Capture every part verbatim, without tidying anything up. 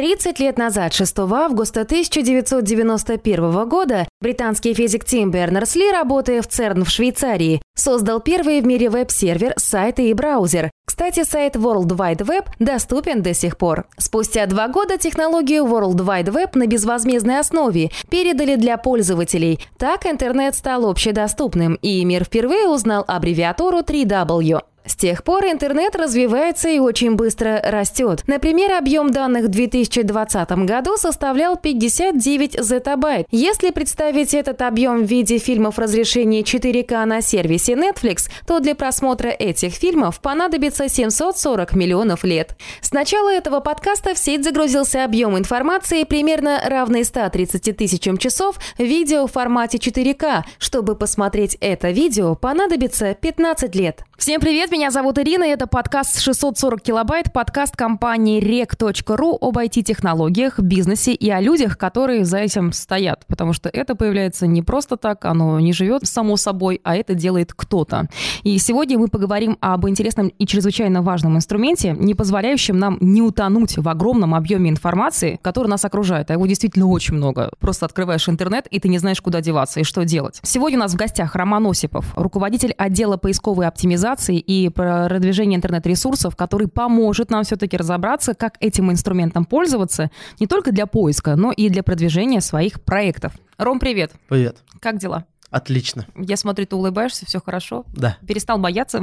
тридцать лет назад, шестого августа тысяча девятьсот девяносто первого года, британский физик Тим Бернерс-Ли, работая в церн в Швейцарии, создал первый в мире веб-сервер, сайты и браузер. Кстати, сайт World Wide Web доступен до сих пор. Спустя два года технологию World Wide Web на безвозмездной основе передали для пользователей. Так интернет стал общедоступным, и мир впервые узнал аббревиатуру три дабл ю. С тех пор интернет развивается и очень быстро растет. Например, объем данных в две тысячи двадцатом году составлял пятьдесят девять зеттабайт. Если представить этот объем в виде фильмов разрешения четыре ка на сервисе Netflix, то для просмотра этих фильмов понадобится семьсот сорок миллионов лет. С начала этого подкаста в сеть загрузился объем информации, примерно равный ста тридцати тысячам часов видео в формате четыре ка. Чтобы посмотреть это видео, понадобится пятнадцать лет. Всем привет! Меня зовут Ирина, и это подкаст шестьсот сорок килобайт, подкаст компании рек точка ру об ай ти-технологиях, бизнесе и о людях, которые за этим стоят. Потому что это появляется не просто так, оно не живет само собой, а это делает кто-то. И сегодня мы поговорим об интересном и чрезвычайно важном инструменте, не позволяющем нам не утонуть в огромном объеме информации, который нас окружает. А его действительно очень много. Просто открываешь интернет, и ты не знаешь, куда деваться и что делать. Сегодня у нас в гостях Роман Осипов, руководитель отдела поисковой оптимизации и продвижения интернет-ресурсов, который поможет нам все-таки разобраться, как этим инструментом пользоваться не только для поиска, но и для продвижения своих проектов. Ром, привет. Привет. Как дела? Отлично. Я смотрю, ты улыбаешься, все хорошо? Да. Перестал бояться?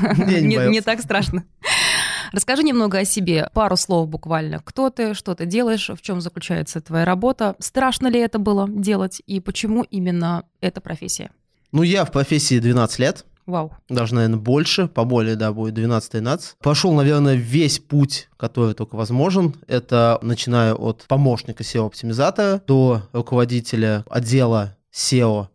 Не так страшно. Расскажи немного о себе, пару слов буквально. Кто ты, что ты делаешь, в чем заключается твоя работа, страшно ли это было делать и почему именно эта профессия? Ну, я в профессии двенадцать лет. Вау. Даже, наверное, больше, поболее, да, будет двенадцать-тринадцать. Прошел, наверное, весь путь, который только возможен. Это начиная от помощника сео-оптимизатора до руководителя отдела сео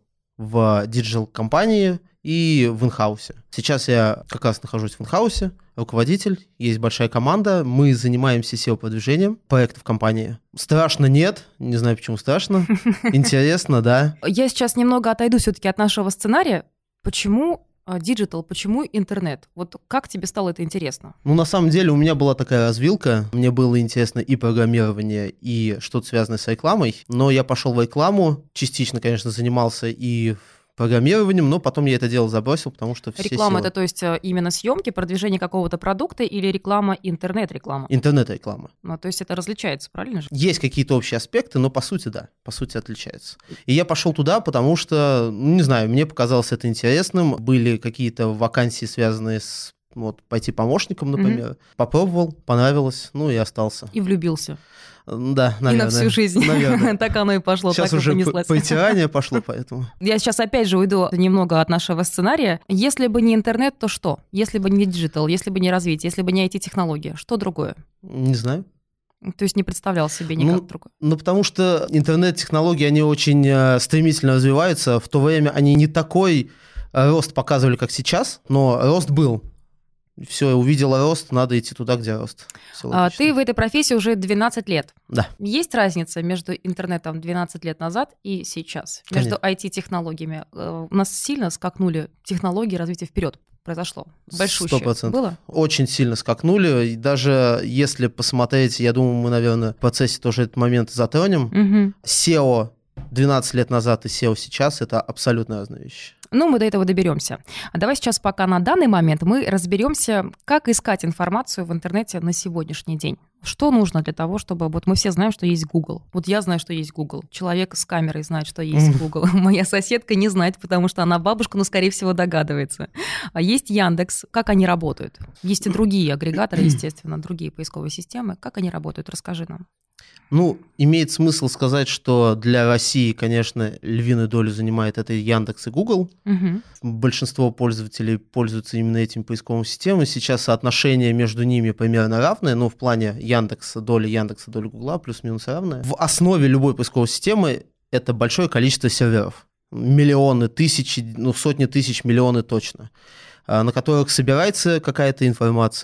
в диджитал-компании и в инхаусе. Сейчас я как раз нахожусь в инхаусе, руководитель, есть большая команда, мы занимаемся сео-продвижением проектов компании. Страшно нет, не знаю, почему страшно, интересно, да. Я сейчас немного отойду все-таки от нашего сценария. Почему диджитал, почему интернет? Вот как тебе стало это интересно? Ну, на самом деле, у меня была такая развилка. Мне было интересно и программирование, и что-то связанное с рекламой. Но я пошел в рекламу, частично, конечно, занимался и программированием, но потом я это дело забросил, потому что все Реклама силы... это, то есть, именно съемки, продвижение какого-то продукта или реклама, интернет-реклама? Интернет-реклама. Ну, то есть это различается, правильно же? Есть какие-то общие аспекты, но по сути, да, по сути отличается. И я пошел туда, потому что, ну, не знаю, мне показалось это интересным. Были какие-то вакансии, связанные с вот пойти помощником, например. Mm-hmm. Попробовал, понравилось, ну и остался. И влюбился. Да, наверное. И на всю жизнь. Наверное. Так оно и пошло, сейчас так уже и понеслось. притирание пошло, поэтому. Я сейчас опять же уйду немного от нашего сценария. Если бы не интернет, то что? Если бы не диджитал, если бы не развитие, если бы не ай ти-технология, что другое? Не знаю. То есть не представлял себе никак ну, другое? Ну, потому что интернет-технологии, они очень э, стремительно развиваются. В то время они не такой э, рост показывали, как сейчас, но рост был. Все, увидела рост, надо идти туда, где рост. А, ты в этой профессии уже двенадцать лет. Да. Есть разница между интернетом двенадцать лет назад и сейчас? Конечно. Между ай ти-технологиями? У нас сильно скакнули технологии, развитие вперед произошло? Большущее. сто процентов. Было? Очень сильно скакнули. И даже если посмотреть, я думаю, мы, наверное, в процессе тоже этот момент затронем. Угу. сео двенадцать лет назад и сео сейчас – это абсолютно разные вещи. Ну, мы до этого доберемся. А давай сейчас пока на данный момент мы разберемся, как искать информацию в интернете на сегодняшний день. Что нужно для того, чтобы... Вот мы все знаем, что есть Google. Вот я знаю, что есть Google. Человек с камерой знает, что есть Google. Моя соседка не знает, потому что она бабушка, но, скорее всего, догадывается. А есть Яндекс. Как они работают? Есть и другие агрегаторы, естественно, другие поисковые системы. Как они работают? Расскажи нам. Ну, имеет смысл сказать, что для России, конечно, львиную долю занимает это Яндекс и Google. Угу. Большинство пользователей пользуются именно этими поисковыми системами. Сейчас соотношение между ними примерно равное, но в плане Яндекса, доля Яндекса, доля Гугла плюс-минус равная. В основе любой поисковой системы это большое количество серверов. Миллионы, тысячи, ну, сотни тысяч, миллионы точно, на которых собирается какая-то информация,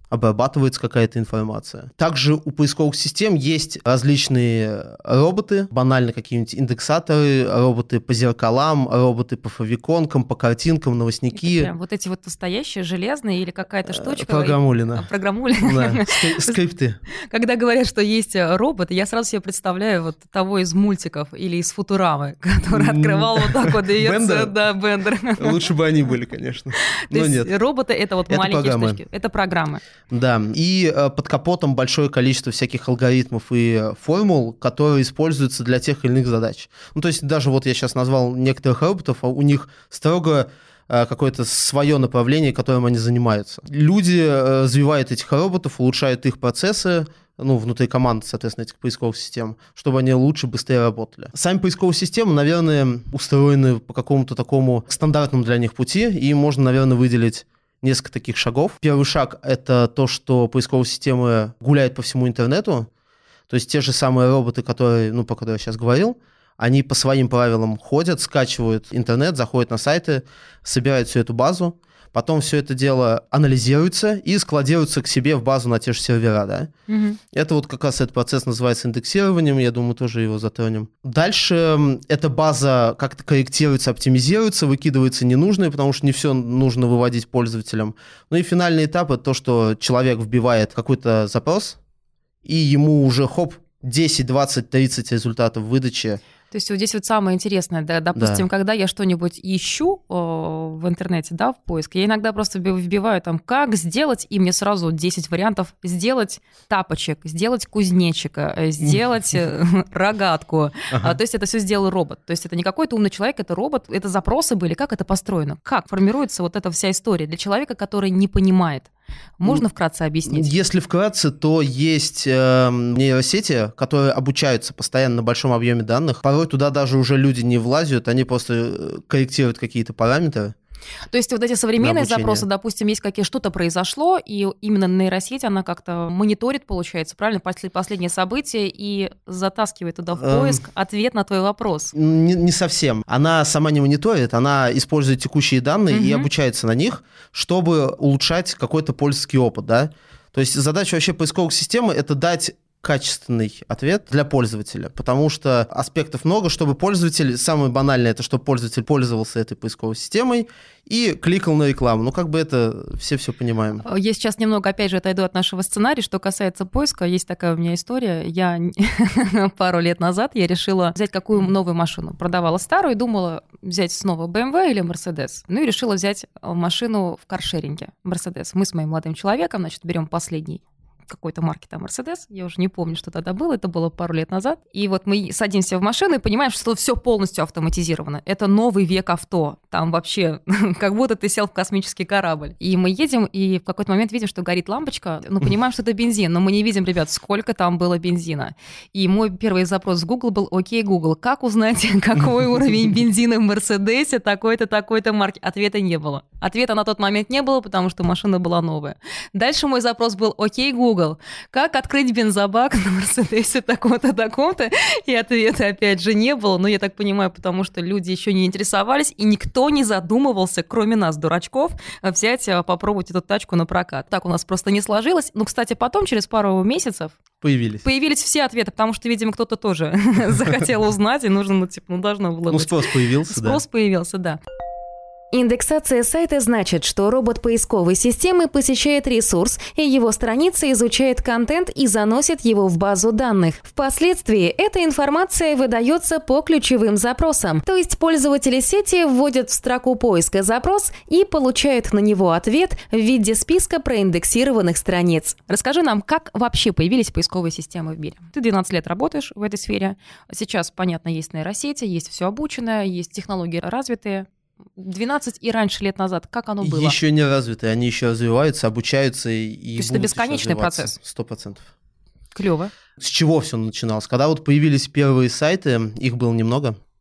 обрабатывается какая-то информация. Также у поисковых систем есть различные роботы, банально какие-нибудь индексаторы, роботы по зеркалам, роботы по фавиконкам, по картинкам, новостники. Прям вот эти вот настоящие, железные или какая-то штучка? Программулина. Программулина. Да, скрипты. Когда говорят, что есть робот, я сразу себе представляю вот того из мультиков или из Футурамы, который открывал вот так вот дверцу. Да, Бендер. Лучше бы они были, конечно. Но нет. Роботы — это вот маленькие штучки. Это программы. Да, и под капотом большое количество всяких алгоритмов и формул, которые используются для тех или иных задач. Ну, то есть даже вот я сейчас назвал некоторых роботов, а у них строго какое-то свое направление, которым они занимаются. Люди развивают этих роботов, улучшают их процессы, ну, внутри команд, соответственно, этих поисковых систем, чтобы они лучше, быстрее работали. Сами поисковые системы, наверное, устроены по какому-то такому стандартному для них пути, и можно, наверное, выделить несколько таких шагов. Первый шаг — это то, что поисковые системы гуляют по всему интернету, то есть те же самые роботы, которые, ну, про которые я сейчас говорил, они по своим правилам ходят, скачивают интернет, заходят на сайты, собирают всю эту базу, потом все это дело анализируется и складируется к себе в базу на те же сервера, да. Угу. Это вот как раз этот процесс называется индексированием, я думаю, тоже его затронем. Дальше эта база как-то корректируется, оптимизируется, выкидывается ненужное, потому что не все нужно выводить пользователям. Ну и финальный этап — это то, что человек вбивает какой-то запрос, и ему уже, хоп, десять, двадцать, тридцать результатов выдачи. То есть вот здесь вот самое интересное, да, допустим, да. когда я что-нибудь ищу э, в интернете, да, в поиске, я иногда просто вбиваю там, как сделать, и мне сразу десять вариантов: сделать тапочек, сделать кузнечика, сделать рогатку. То есть это все сделал робот. То есть это не какой-то умный человек, это робот. Это запросы были, как это построено? Как формируется вот эта вся история для человека, который не понимает? Можно вкратце объяснить? Если вкратце, то есть э, нейросети, которые обучаются постоянно на большом объеме данных. Порой туда даже уже люди не влазят, они просто корректируют какие-то параметры. То есть вот эти современные запросы, допустим, есть какие что-то произошло, и именно нейросеть, она как-то мониторит, получается, правильно, последние события и затаскивает туда в поиск эм... ответ на твой вопрос. Не, не совсем. Она сама не мониторит, она использует текущие данные угу. и обучается на них, чтобы улучшать какой-то пользовательский опыт, да. То есть задача вообще поисковой системы — это дать качественный ответ для пользователя, потому что аспектов много, чтобы пользователь, самое банальное, это чтобы пользователь пользовался этой поисковой системой и кликал на рекламу. Ну, как бы это все все понимаем. Я сейчас немного, опять же, отойду от нашего сценария. Что касается поиска, есть такая у меня история. Я пару лет назад я решила взять какую новую машину. Продавала старую и думала взять снова бэ эм вэ или Mercedes. Ну и решила взять машину в каршеринге, Mercedes. Мы с моим молодым человеком, значит, берем последний какой-то марки там Mercedes, я уже не помню, что тогда было, это было пару лет назад. И вот мы садимся в машину и понимаем, что все полностью автоматизировано. Это новый век авто. Там вообще как будто ты сел в космический корабль. И мы едем, и в какой-то момент видим, что горит лампочка. Ну, понимаем, что это бензин, но мы не видим, ребят, сколько там было бензина. И мой первый запрос в Google был: окей, Google, как узнать, какой уровень бензина в Мерседесе такой-то, такой-то марки? Ответа не было. Ответа на тот момент не было, потому что машина была новая. Дальше мой запрос был: окей, Google, как открыть бензобак на Мерседесе таком-то, таком-то? И ответа, опять же, не было. Но я так понимаю, потому что люди еще не интересовались, и никто не задумывался, кроме нас, дурачков, взять, попробовать эту тачку на прокат. Так у нас просто не сложилось. Ну, кстати, потом, через пару месяцев, Появились. Появились все ответы, потому что, видимо, кто-то тоже захотел узнать, и нужно, ну, типа, ну, должно было быть. Ну, спрос появился, да. Спрос появился, да. Индексация сайта значит, что робот поисковой системы посещает ресурс, и его страница изучает контент и заносит его в базу данных. Впоследствии эта информация выдается по ключевым запросам, то есть пользователи сети вводят в строку поиска запрос и получают на него ответ в виде списка проиндексированных страниц. Расскажи нам, как вообще появились поисковые системы в мире? Ты двенадцать лет работаешь в этой сфере. Сейчас, понятно, есть нейросети, есть все обученное, есть технологии развитые. двенадцать и раньше лет назад, как оно было? Еще не развитые, они еще развиваются, обучаются и То есть это бесконечный процесс? Сто процентов. Клево. С чего все начиналось? Когда вот появились первые сайты, их было немного.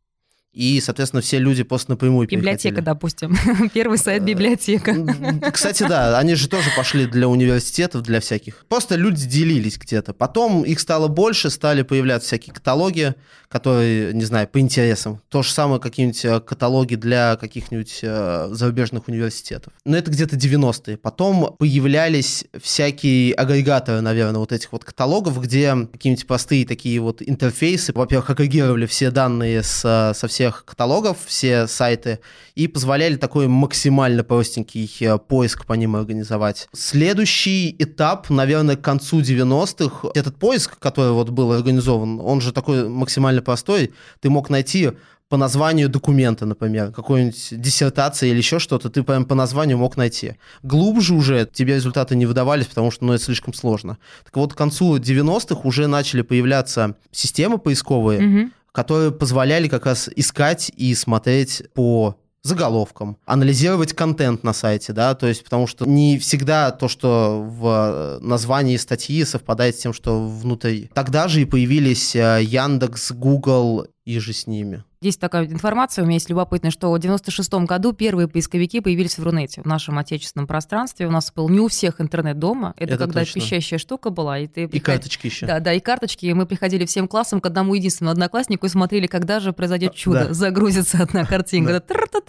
И, соответственно, все люди просто напрямую Библиотека, переходили. допустим. Первый сайт библиотека. Кстати, да, они же тоже пошли для университетов, для всяких. Просто люди делились где-то. Потом их стало больше, стали появляться всякие каталоги, которые, не знаю, по интересам. То же самое какие-нибудь каталоги для каких-нибудь зарубежных университетов. Но это где-то девяностые. Потом появлялись всякие агрегаторы, наверное, вот этих вот каталогов, где какие-нибудь простые такие вот интерфейсы, во-первых, агрегировали все данные с, со всех каталогов, все сайты, и позволяли такой максимально простенький поиск по ним организовать. Следующий этап, наверное, к концу девяностых, этот поиск, который вот был организован, он же такой максимально простой, ты мог найти по названию документа, например, какой-нибудь диссертации или еще что-то, ты прям по названию мог найти. Глубже уже тебе результаты не выдавались, потому что, ну, это слишком сложно. Так вот, к концу девяностых уже начали появляться системы поисковые, mm-hmm. которые позволяли как раз искать и смотреть по заголовкам, анализировать контент на сайте, да, то есть потому что не всегда то, что в названии статьи совпадает с тем, что внутри. Тогда же и появились Яндекс, Google и же с ними. Здесь такая информация у меня есть любопытная, что в девяносто шестом году первые поисковики появились в Рунете, в нашем отечественном пространстве. У нас был не у всех интернет дома. Это, это когда точно. Пищащая штука была. И, ты приход... и карточки еще. Да, да, и карточки. И мы приходили всем классом к одному единственному однокласснику и смотрели, когда же произойдет чудо. Да. Загрузится одна картинка.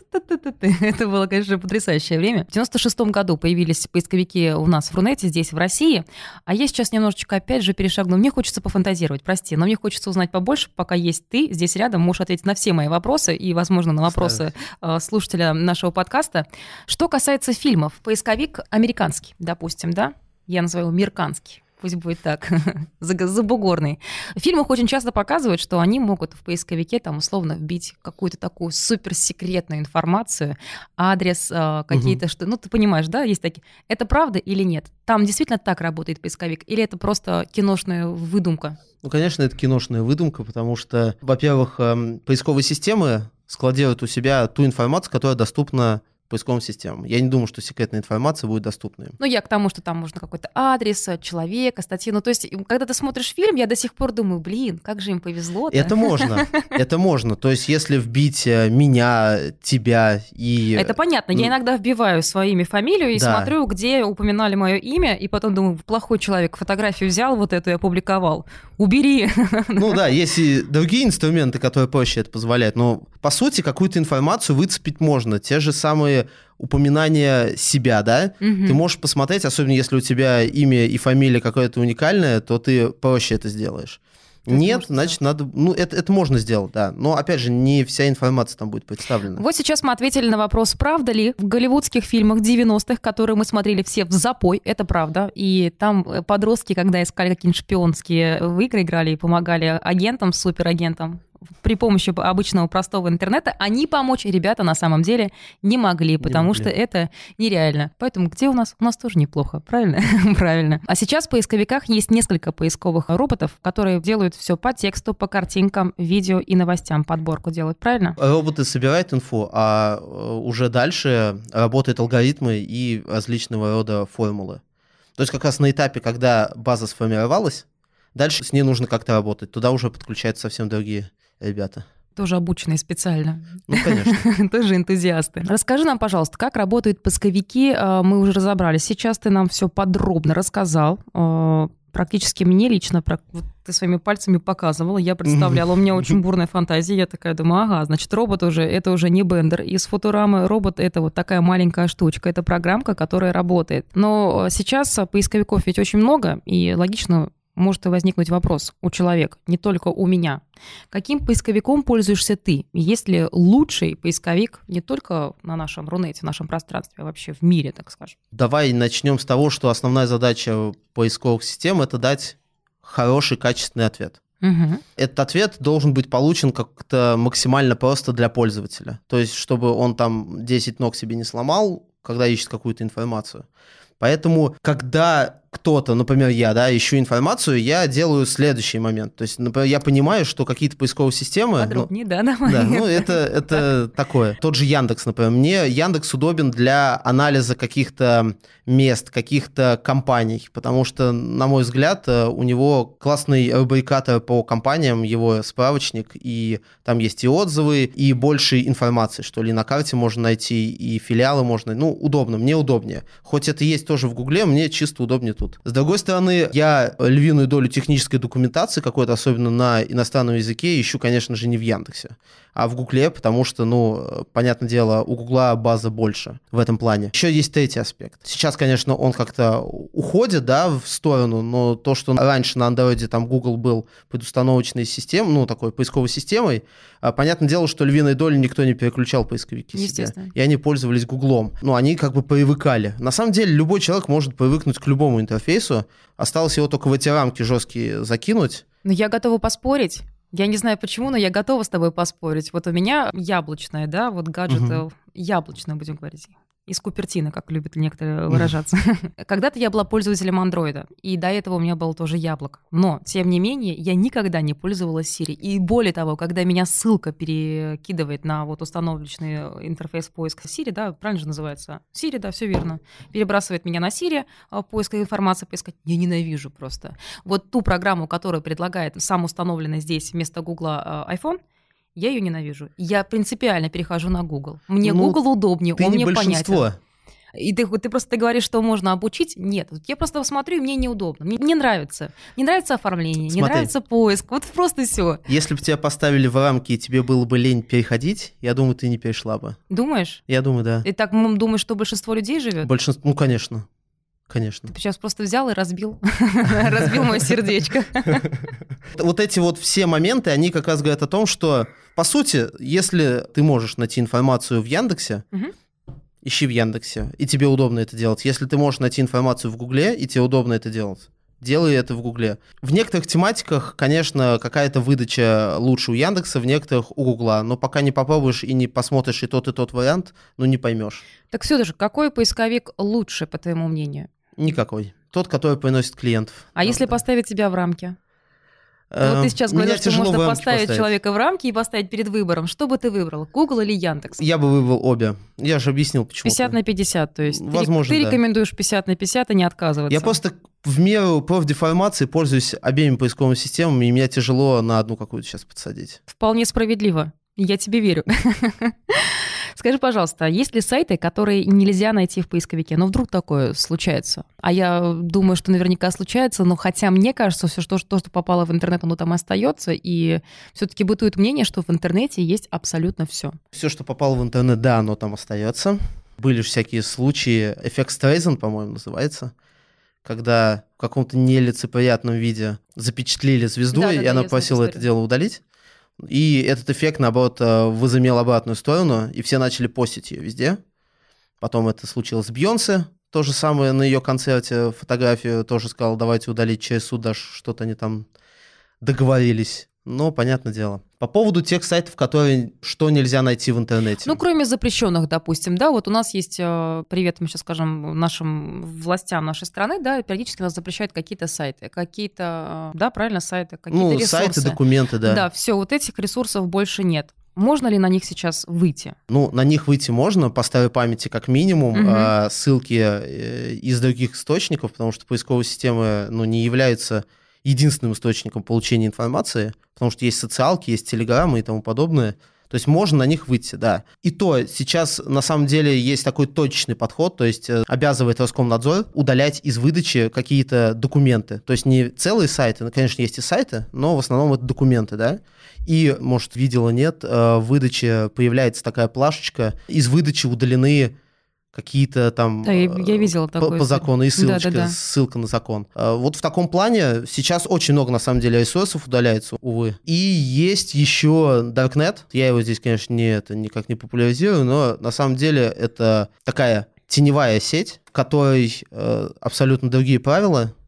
Это было, конечно, потрясающее время. В девяносто шестом году появились поисковики у нас в Рунете, здесь, в России. А я сейчас немножечко, опять же, перешагну. Мне хочется пофантазировать, прости, но мне хочется узнать побольше, пока есть ты здесь рядом, можешь ответить на все мои вопросы и, возможно, на вопросы Ставить. слушателя нашего подкаста. Что касается фильмов, поисковик американский, допустим, да? Я называю его мирканский. Пусть будет так, забугорный. В фильмах очень часто показывают, что они могут в поисковике там условно вбить какую-то такую суперсекретную информацию, адрес, какие-то, угу. что, ну ты понимаешь, да, есть такие. Это правда или нет? Там действительно так работает поисковик или это просто киношная выдумка? Ну, конечно, это киношная выдумка, потому что, во-первых, поисковые системы складируют у себя ту информацию, которая доступна поисковым системам. Я не думаю, что секретная информация будет доступна им. Ну, я к тому, что там можно какой-то адрес, человека, статьи. Ну, то есть, когда ты смотришь фильм, я до сих пор думаю, блин, как же им повезло-то. Это можно, это можно. То есть, если вбить меня, тебя и... Это понятно. Я иногда вбиваю свое имя, фамилию и да. смотрю, где упоминали мое имя, и потом думаю, плохой человек, фотографию взял, вот эту и опубликовал. Убери. Ну да, есть и другие инструменты, которые проще это позволяют, но по сути какую-то информацию выцепить можно. Те же самые упоминания себя, да? Угу. Ты можешь посмотреть, особенно если у тебя имя и фамилия какое-то уникальное, то ты проще это сделаешь. Это Нет, значит, сделать. надо... Ну, это, это можно сделать, да. Но, опять же, не вся информация там будет представлена. Вот сейчас мы ответили на вопрос, правда ли в голливудских фильмах девяностых, которые мы смотрели все в запой, это правда. И там подростки, когда искали какие-нибудь шпионские игры, играли и помогали агентам, суперагентам, при помощи обычного простого интернета, они помочь ребята на самом деле не могли, потому не могли. что это нереально. Поэтому где у нас? У нас тоже неплохо, правильно? Правильно. А сейчас в поисковиках есть несколько поисковых роботов, которые делают все по тексту, по картинкам, видео и новостям. Подборку делают, правильно? Роботы собирают инфу, а уже дальше работают алгоритмы и различного рода формулы. То есть как раз на этапе, когда база сформировалась, дальше с ней нужно как-то работать. Туда уже подключаются совсем другие ребята. Тоже обученные специально. Ну, конечно. Тоже энтузиасты. Расскажи нам, пожалуйста, как работают поисковики. Мы уже разобрались. Сейчас ты нам все подробно рассказал. Практически мне лично, вот ты своими пальцами показывала, я представляла, у меня очень бурная фантазия, я такая думаю, ага, значит, робот уже, это уже не Бендер из Футурамы, робот — это вот такая маленькая штучка, это программка, которая работает. Но сейчас поисковиков ведь очень много, и логично может возникнуть вопрос у человека, не только у меня. Каким поисковиком пользуешься ты? Есть ли лучший поисковик не только на нашем Рунете, в нашем пространстве, а вообще в мире, так скажем? Давай начнем с того, что основная задача поисковых систем – это дать хороший, качественный ответ. Угу. Этот ответ должен быть получен как-то максимально просто для пользователя. То есть, чтобы он там десять ног себе не сломал, когда ищет какую-то информацию. Поэтому, когда кто-то, например, я, да, ищу информацию, я делаю следующий момент. То есть, например, я понимаю, что какие-то поисковые системы... Подробнее, ну, да, давай. Да, ну это, это такое. Тот же Яндекс, например. Мне Яндекс удобен для анализа каких-то мест, каких-то компаний, потому что, на мой взгляд, у него классный рубрикатор по компаниям, его справочник, и там есть и отзывы, и больше информации, что ли, на карте можно найти, и филиалы можно... Ну, удобно, мне удобнее. Хоть это есть тоже в Гугле, мне чисто удобнее тут. С другой стороны, я львиную долю технической документации какой-то, особенно на иностранном языке, ищу, конечно же, не в Яндексе, а в Гугле, потому что, ну, понятное дело, у Гугла база больше в этом плане. Еще есть третий аспект. Сейчас, конечно, он как-то уходит, да, в сторону, но то, что раньше на андроиде там Google был предустановочной системой, ну, такой поисковой системой, понятное дело, что львиной долей никто не переключал поисковики себе. И они пользовались Гуглом. Ну, они как бы привыкали. На самом деле, любой человек может привыкнуть к любому интерфейсу. Осталось его только в эти рамки жесткие закинуть. Но я готова поспорить. Я не знаю почему, но я готова с тобой поспорить. Вот у меня яблочная, да, вот гаджет угу. яблочная, будем говорить. Из Купертино, как любят некоторые выражаться. Когда-то я была пользователем андроида, и до этого у меня было тоже яблоко. Но, тем не менее, я никогда не пользовалась Siri. И более того, когда меня ссылка перекидывает на вот установленный интерфейс поиска Siri, да, правильно же называется? Siri, да, все верно. Перебрасывает меня на Siri, поиск информации поискать. Я ненавижу просто. Вот ту программу, которую предлагает сам установленный здесь вместо Гугла iPhone, я ее ненавижу. Я принципиально перехожу на Google. Мне ну, Google удобнее, он мне понятен. И ты, ты просто ты говоришь, что можно обучить? Нет. Я просто смотрю, и мне неудобно. Мне не нравится. Не нравится оформление, Смотри, не нравится поиск. Вот просто все. Если бы тебя поставили в рамки, и тебе было бы лень переходить, я думаю, ты не перешла бы. Думаешь? Я думаю, да. И так думаешь, что большинство людей живет? Большинство, ну, конечно. Конечно. Ты сейчас просто взял и разбил. Разбил мое сердечко. Вот эти вот все моменты, они как раз говорят о том, что, по сути, если ты можешь найти информацию в Яндексе, ищи в Яндексе, и тебе удобно это делать. Если ты можешь найти информацию в Гугле, и тебе удобно это делать, делай это в Гугле. В некоторых тематиках, конечно, какая-то выдача лучше у Яндекса, в некоторых у Гугла, но пока не попробуешь и не посмотришь и тот, и тот вариант, ну не поймешь. Так все же, какой поисковик лучше, по твоему мнению? Никакой. Тот, который приносит клиентов. А если да. поставить тебя в рамки? Э, вот ты сейчас говоришь, что можно поставить, поставить человека в рамки и поставить перед выбором. Что бы ты выбрал, Google или Яндекс? Я бы выбрал обе. Я же объяснил, почему. пятьдесят на пятьдесят, то есть Возможно, ты, ты да. рекомендуешь пятьдесят на пятьдесят и не отказываться? Я просто в меру профдеформации пользуюсь обеими поисковыми системами, и меня тяжело на одну какую-то сейчас подсадить. Вполне справедливо. Я тебе верю. Скажи, пожалуйста, есть ли сайты, которые нельзя найти в поисковике? Но вдруг такое случается? А я думаю, что наверняка случается, но хотя мне кажется, все что, что, что попало в интернет, оно там остается, и все-таки бытует мнение, что в интернете есть абсолютно все. Все, что попало в интернет, да, оно там остается. Были всякие случаи, эффект Стрейзен, по-моему, называется, когда в каком-то нелицеприятном виде запечатлели звезду, да, и да, она просила это дело удалить. И этот эффект, наоборот, возымел обратную сторону, и все начали постить ее везде. Потом это случилось с Бейонсе, то же самое на ее концерте, фотографию тоже сказал, давайте удалить через суд, даже что-то они там договорились. Но, понятное дело. По поводу тех сайтов, которые что нельзя найти в интернете. Ну, кроме запрещенных, допустим, да, вот у нас есть, привет, мы сейчас скажем, нашим властям нашей страны, да, периодически нас запрещают какие-то сайты, какие-то, да, правильно, сайты, какие-то ну, ресурсы. сайты, документы, да. Да, все, вот этих ресурсов больше нет. Можно ли на них сейчас выйти? Ну, на них выйти можно, по старой памяти как минимум, угу. а, ссылки из других источников, потому что поисковые системы, ну, не являются единственным источником получения информации, потому что есть социалки, есть телеграммы и тому подобное. То есть можно на них выйти, да. И то сейчас на самом деле есть такой точечный подход, то есть обязывает Роскомнадзор удалять из выдачи какие-то документы. То есть не целые сайты, ну, конечно, есть и сайты, но в основном это документы, да. И, может, видела, нет, в выдаче появляется такая плашечка, из выдачи удалены какие-то там да, я, я видела по, такое. по закону, и ссылочка, да, да, да. ссылка на закон. Вот в таком плане сейчас очень много, на самом деле, ресурсов удаляется, увы. И есть еще Darknet. Я его здесь, конечно, не, это, никак не популяризирую, но на самом деле это такая теневая сеть, в которой э, абсолютно другие правила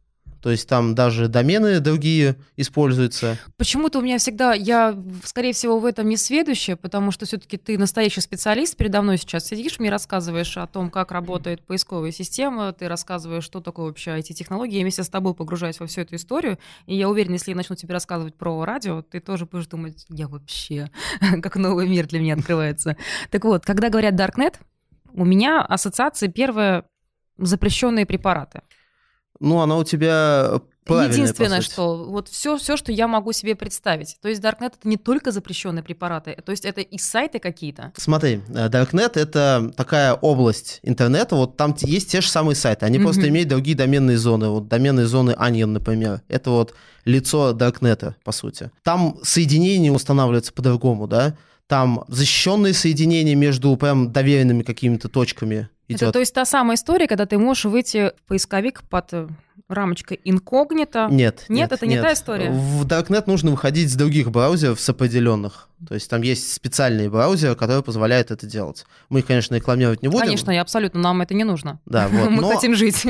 То есть там даже домены другие используются. Почему-то у меня всегда, я, скорее всего, в этом не сведущая, потому что все-таки ты настоящий специалист, передо мной сейчас сидишь, мне рассказываешь о том, как работает поисковая система, ты рассказываешь, что такое вообще ай ти-технологии, я вместе с тобой погружаюсь во всю эту историю, и я уверена, если я начну тебе рассказывать про радио, ты тоже будешь думать, я вообще, как новый мир для меня открывается. Так вот, когда говорят Darknet, у меня ассоциация первая — запрещенные препараты. Ну, она у тебя правильная, единственное, по сути. что вот все, все, что я могу себе представить. То есть Darknet — это не только запрещенные препараты, то есть это и сайты какие-то. Смотри, Darknet — это такая область интернета, вот там есть те же самые сайты, они mm-hmm. просто имеют другие доменные зоны. Вот доменные зоны Onion, например, это вот лицо Darknet, по сути. Там соединения устанавливаются по-другому, да? Там защищенные соединения между прям доверенными какими-то точками идет. Это, то есть та самая история, когда ты можешь выйти в поисковик под рамочкой инкогнито. Нет, нет, нет, это не нет. та история. В Darknet нужно выходить с других браузеров, с определенных. То есть там есть специальные браузеры, которые позволяют это делать. Мы их, конечно, рекламировать не будем. Конечно, и абсолютно, нам это не нужно. Да, вот. Мы но... хотим жить.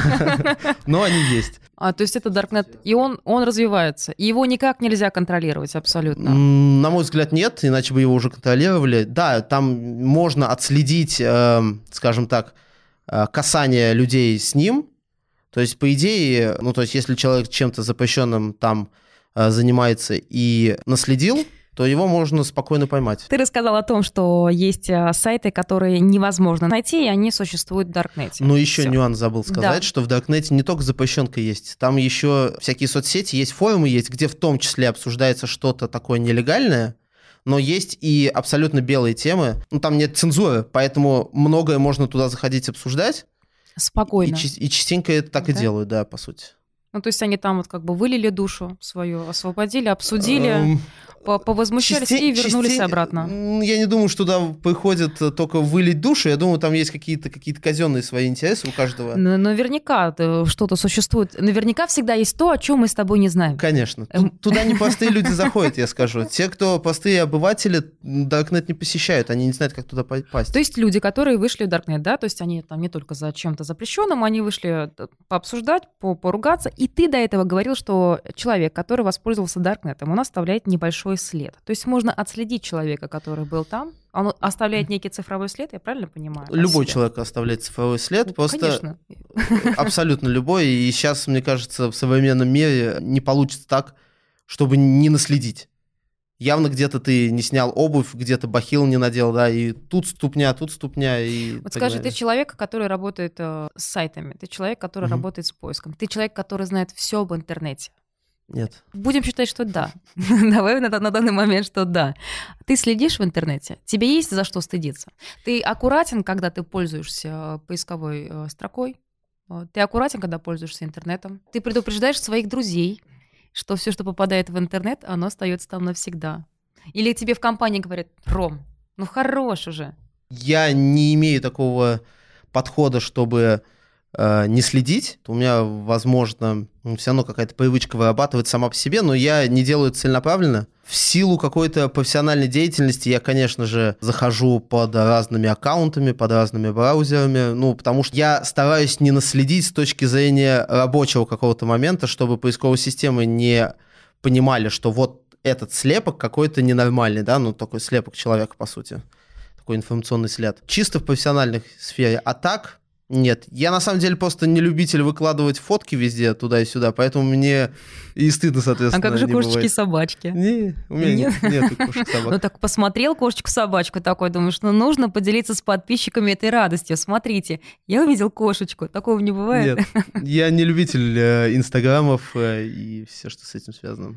Но они есть. А, то есть это Darknet, и он, он развивается, и его никак нельзя контролировать абсолютно. На мой взгляд, нет, иначе бы его уже контролировали. Да, там можно отследить, э, скажем так, касание людей с ним. То есть, по идее, ну, то есть, если человек чем-то запрещенным там э, занимается и наследил, то его можно спокойно поймать. Ты рассказал о том, что есть сайты, которые невозможно найти, и они существуют в Даркнете. Ну, еще Всё. нюанс забыл сказать, Да. что в Даркнете не только запрещенка есть, там еще всякие соцсети, есть форумы, есть, где в том числе обсуждается что-то такое нелегальное, но есть и абсолютно белые темы. Ну, там нет цензуры, поэтому многое можно туда заходить обсуждать. Спокойно. И, ча- и частенько это так Да? и делают, да, по сути. Ну, то есть они там вот как бы вылили душу свою, освободили, обсудили, Эм, по- повозмущались частей- и вернулись частей- обратно. м, Я не думаю, что туда приходят э, только вылить душу. Я думаю, там есть какие-то, какие-то казенные свои интересы у каждого. Но наверняка э, что-то существует. Наверняка всегда есть то, о чем мы с тобой не знаем. Конечно. Ту- Эм. Туда не простые люди заходят, я скажу. Те, кто простые обыватели, Darknet не посещают, они не знают, как туда попасть. То есть люди, которые вышли в Darknet, да, то есть они там не только за чем-то запрещенным, они вышли э, пообсуждать, по- поругаться. И ты до этого говорил, что человек, который воспользовался Darknet, он оставляет небольшой след. То есть можно отследить человека, который был там. Он оставляет некий цифровой след, я правильно понимаю? от Любой себя? человек оставляет цифровой след, Ну, просто Конечно. абсолютно любой. И сейчас, мне кажется, в современном мире не получится так, чтобы не наследить. Явно где-то ты не снял обувь, где-то бахил не надел, да, и тут ступня, тут ступня. И Вот так скажи, далее. ты человек, который работает э, с сайтами, ты человек, который Мгм. работает с поиском, ты человек, который знает все об интернете. Нет. Будем считать, что да. Давай на, на данный момент, что да. Ты следишь в интернете, тебе есть за что стыдиться. Ты аккуратен, когда ты пользуешься поисковой э, строкой. Э, Ты аккуратен, когда пользуешься интернетом. Ты предупреждаешь своих друзей, что все, что попадает в интернет, оно остается там навсегда. Или тебе в компании говорят: Ром, ну хорош уже. Я не имею такого подхода, чтобы э, не следить. У меня, возможно, все равно какая-то привычка вырабатывается сама по себе, но я не делаю это целенаправленно. В силу какой-то профессиональной деятельности я, конечно же, захожу под разными аккаунтами, под разными браузерами, ну, потому что я стараюсь не наследить с точки зрения рабочего какого-то момента, чтобы поисковые системы не понимали, что вот этот слепок какой-то ненормальный, да, ну, такой слепок человека, по сути, такой информационный след. Чисто в профессиональной сфере. А так, нет. Я, на самом деле, просто не любитель выкладывать фотки везде, туда и сюда, поэтому мне и стыдно, соответственно, А как же не кошечки и бывает. собачки? Не, у меня Нет? нет, нету кошек-собак. Ну так посмотрел кошечку-собачку такой, думаешь, ну нужно поделиться с подписчиками этой радостью. Смотрите, я увидел кошечку. Такого не бывает. Нет, я не любитель э, инстаграмов э, и все, что с этим связано.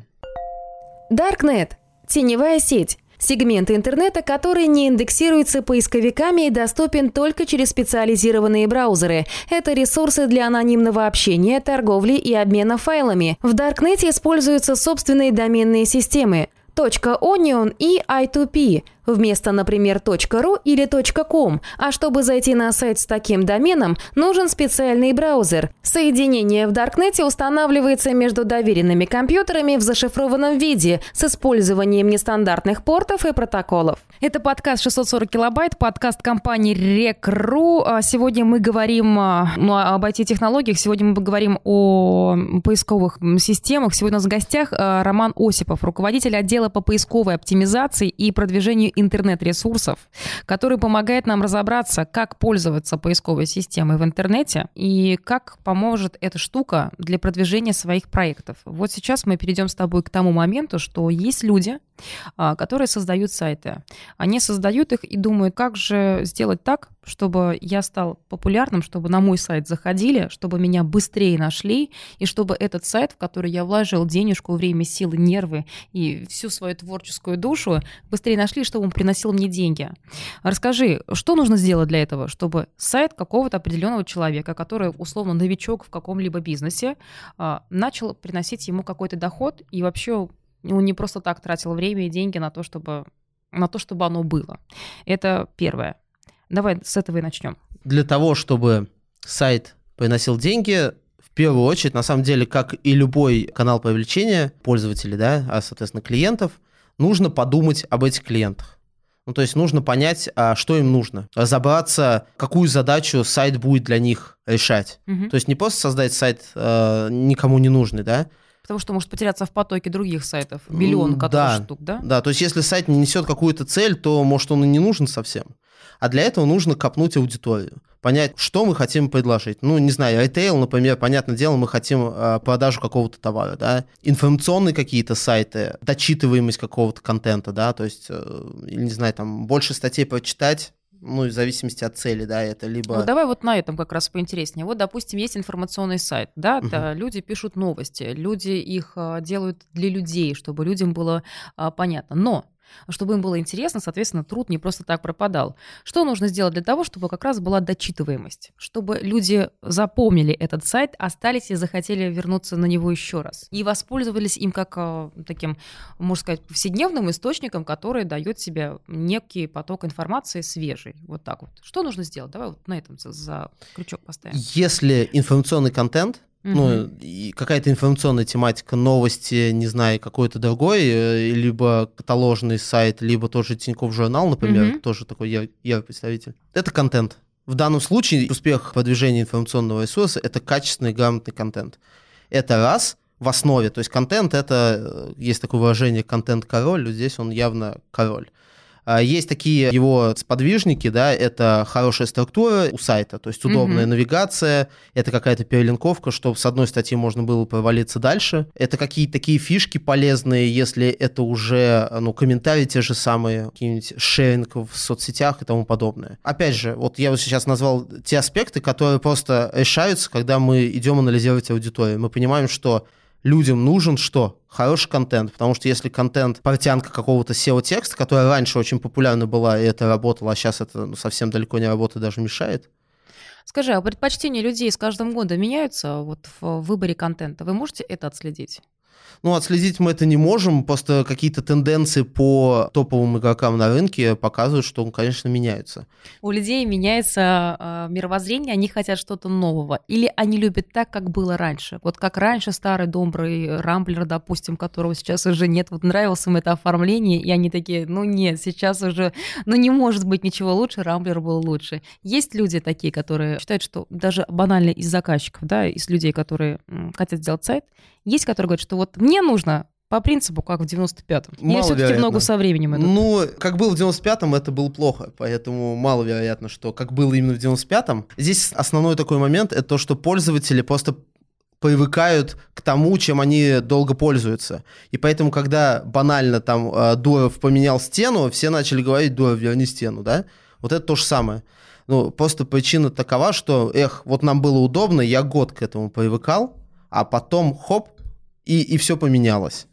Darknet – теневая сеть. Сегмент интернета, который не индексируется поисковиками и доступен только через специализированные браузеры. Это ресурсы для анонимного общения, торговли и обмена файлами. В Даркнете используются собственные доменные системы .onion и ай ту пи. вместо, например, .ru или .com, а чтобы зайти на сайт с таким доменом, нужен специальный браузер. Соединение в Даркнете устанавливается между доверенными компьютерами в зашифрованном виде с использованием нестандартных портов и протоколов. Это подкаст шестьсот сорок килобайт, подкаст компании Рек.ру. Сегодня мы говорим ну, об ай ти-технологиях, сегодня мы поговорим о поисковых системах. Сегодня у нас в гостях Роман Осипов, руководитель отдела по поисковой оптимизации и продвижению интернет-ресурсов, который помогает нам разобраться, как пользоваться поисковой системой в интернете и как поможет эта штука для продвижения своих проектов. Вот сейчас мы перейдем с тобой к тому моменту, что есть люди, которые создают сайты. Они создают их и думают, как же сделать так, чтобы я стал популярным, чтобы на мой сайт заходили, чтобы меня быстрее нашли, и чтобы этот сайт, в который я вложил денежку, время, силы, нервы и всю свою творческую душу, быстрее нашли, чтобы он приносил мне деньги. Расскажи, что нужно сделать для этого, чтобы сайт какого-то определенного человека, который условно новичок в каком-либо бизнесе, начал приносить ему какой-то доход, и вообще он не просто так тратил время и деньги на то, чтобы, на то, чтобы оно было. Это первое. Давай с этого и начнем. Для того, чтобы сайт приносил деньги, в первую очередь, на самом деле, как и любой канал привлечения пользователей, да, а, соответственно, клиентов, нужно подумать об этих клиентах. Ну, то есть нужно понять, что им нужно, разобраться, какую задачу сайт будет для них решать. Угу. То есть не просто создать сайт э, никому не нужный, да, потому что может потеряться в потоке других сайтов, миллион да, штук, да? Да, то есть если сайт не несет какую-то цель, то, может, он и не нужен совсем. А для этого нужно копнуть аудиторию, понять, что мы хотим предложить. Ну, не знаю, ритейл, например, понятное дело, мы хотим э, продажу какого-то товара, да, информационные какие-то сайты, дочитываемость какого-то контента, да, то есть, э, не знаю, там, больше статей прочитать. Ну, в зависимости от цели, да, это либо... Ну, давай вот на этом как раз поинтереснее. Вот, допустим, есть информационный сайт, да, uh-huh. да, люди пишут новости, люди их а, делают для людей, чтобы людям было а, понятно. Но чтобы им было интересно, соответственно, труд не просто так пропадал. Что нужно сделать для того, чтобы как раз была дочитываемость? Чтобы люди запомнили этот сайт, остались и захотели вернуться на него еще раз. И воспользовались им как э, таким, можно сказать, повседневным источником, который дает себе некий поток информации свежий. Вот так вот. Что нужно сделать? Давай вот на этом за, за крючок поставим. Если информационный контент, ну, и какая-то информационная тематика, новости, не знаю, какой-то другой, либо каталожный сайт, либо тоже Тинькофф журнал, например, mm-hmm. тоже такой яркий яр представитель. Это контент. В данном случае успех продвижения информационного ресурса – это качественный, грамотный контент. Это раз в основе. То есть контент – это, есть такое выражение «контент-король», здесь он явно король. Есть такие его сподвижники, да, это хорошая структура у сайта, то есть удобная mm-hmm. навигация, это какая-то перелинковка, чтобы с одной статьи можно было провалиться дальше. Это какие-то такие фишки полезные, если это уже, ну, комментарии те же самые, какие-нибудь шеринг в соцсетях и тому подобное. Опять же, вот я вот сейчас назвал те аспекты, которые просто решаются, когда мы идем анализировать аудиторию. Мы понимаем, что людям нужен что? Хороший контент, потому что если контент, портянка какого-то сео-текста, которая раньше очень популярна была, и это работало, а сейчас это ну, совсем далеко не работает, даже мешает. Скажи, а предпочтения людей с каждым годом меняются вот в выборе контента? Вы можете это отследить? Ну, отследить мы это не можем, просто какие-то тенденции по топовым игрокам на рынке показывают, что, конечно, меняются. У людей меняется э, мировоззрение, они хотят что-то нового, или они любят так, как было раньше? Вот как раньше старый добрый Рамблер, допустим, которого сейчас уже нет, вот нравилось им это оформление, и они такие, ну нет, сейчас уже, ну не может быть ничего лучше, Рамблер был лучше. Есть люди такие, которые считают, что даже банально из заказчиков, да, из людей, которые м, хотят сделать сайт, есть, которые говорят, что вот мне нужно по принципу, как в девяносто пятом. Или все-таки в ногу со временем идут? Ну, как было в девяносто пятом, это было плохо, поэтому маловероятно, что как было именно в девяносто пятом. Здесь основной такой момент – это то, что пользователи просто привыкают к тому, чем они долго пользуются. И поэтому, когда банально там Дуров поменял стену, все начали говорить: Дуров, верни стену, да? Вот это то же самое. Ну, просто причина такова, что, эх, вот нам было удобно, я год к этому привыкал, а потом хоп, и, и все поменялось.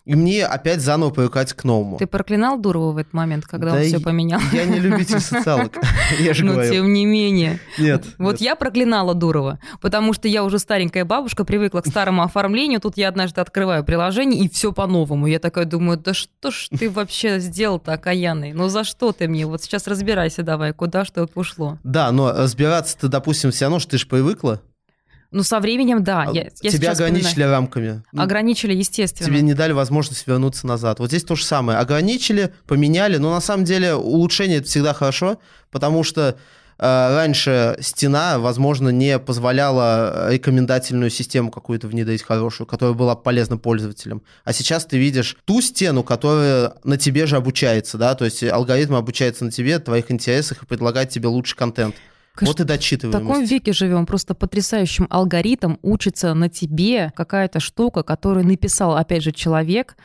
И мне опять заново привыкать к новому. Ты проклинал Дурова в этот момент, когда да он все поменял? Я не любитель социалок, я же Но говорю. тем не менее. Нет. Вот нет. я проклинала Дурова, потому что я уже старенькая бабушка, привыкла к старому оформлению. Тут я однажды открываю приложение, и все по-новому. Я такая думаю, да что ж ты вообще сделал-то, окаянный? Ну за что ты мне? Вот сейчас разбирайся давай, куда что ушло. Да, но разбираться-то, допустим, все равно, что ты же привыкла. Ну, со временем, да. Я, я Тебя ограничили вспоминаю. рамками. Ограничили, естественно. Тебе не дали возможность вернуться назад. Вот здесь то же самое. Ограничили, поменяли, но на самом деле улучшение – это всегда хорошо, потому что э, раньше стена, возможно, не позволяла рекомендательную систему какую-то внедрить хорошую, которая была полезна пользователям. А сейчас ты видишь ту стену, которая на тебе же обучается, да, то есть алгоритм обучается на тебе, твоих интересах и предлагает тебе лучший контент. Конечно, вот и дочитываемость. В таком веке живем, просто потрясающим алгоритм учится на тебе какая-то штука, которую написал, опять же, человек,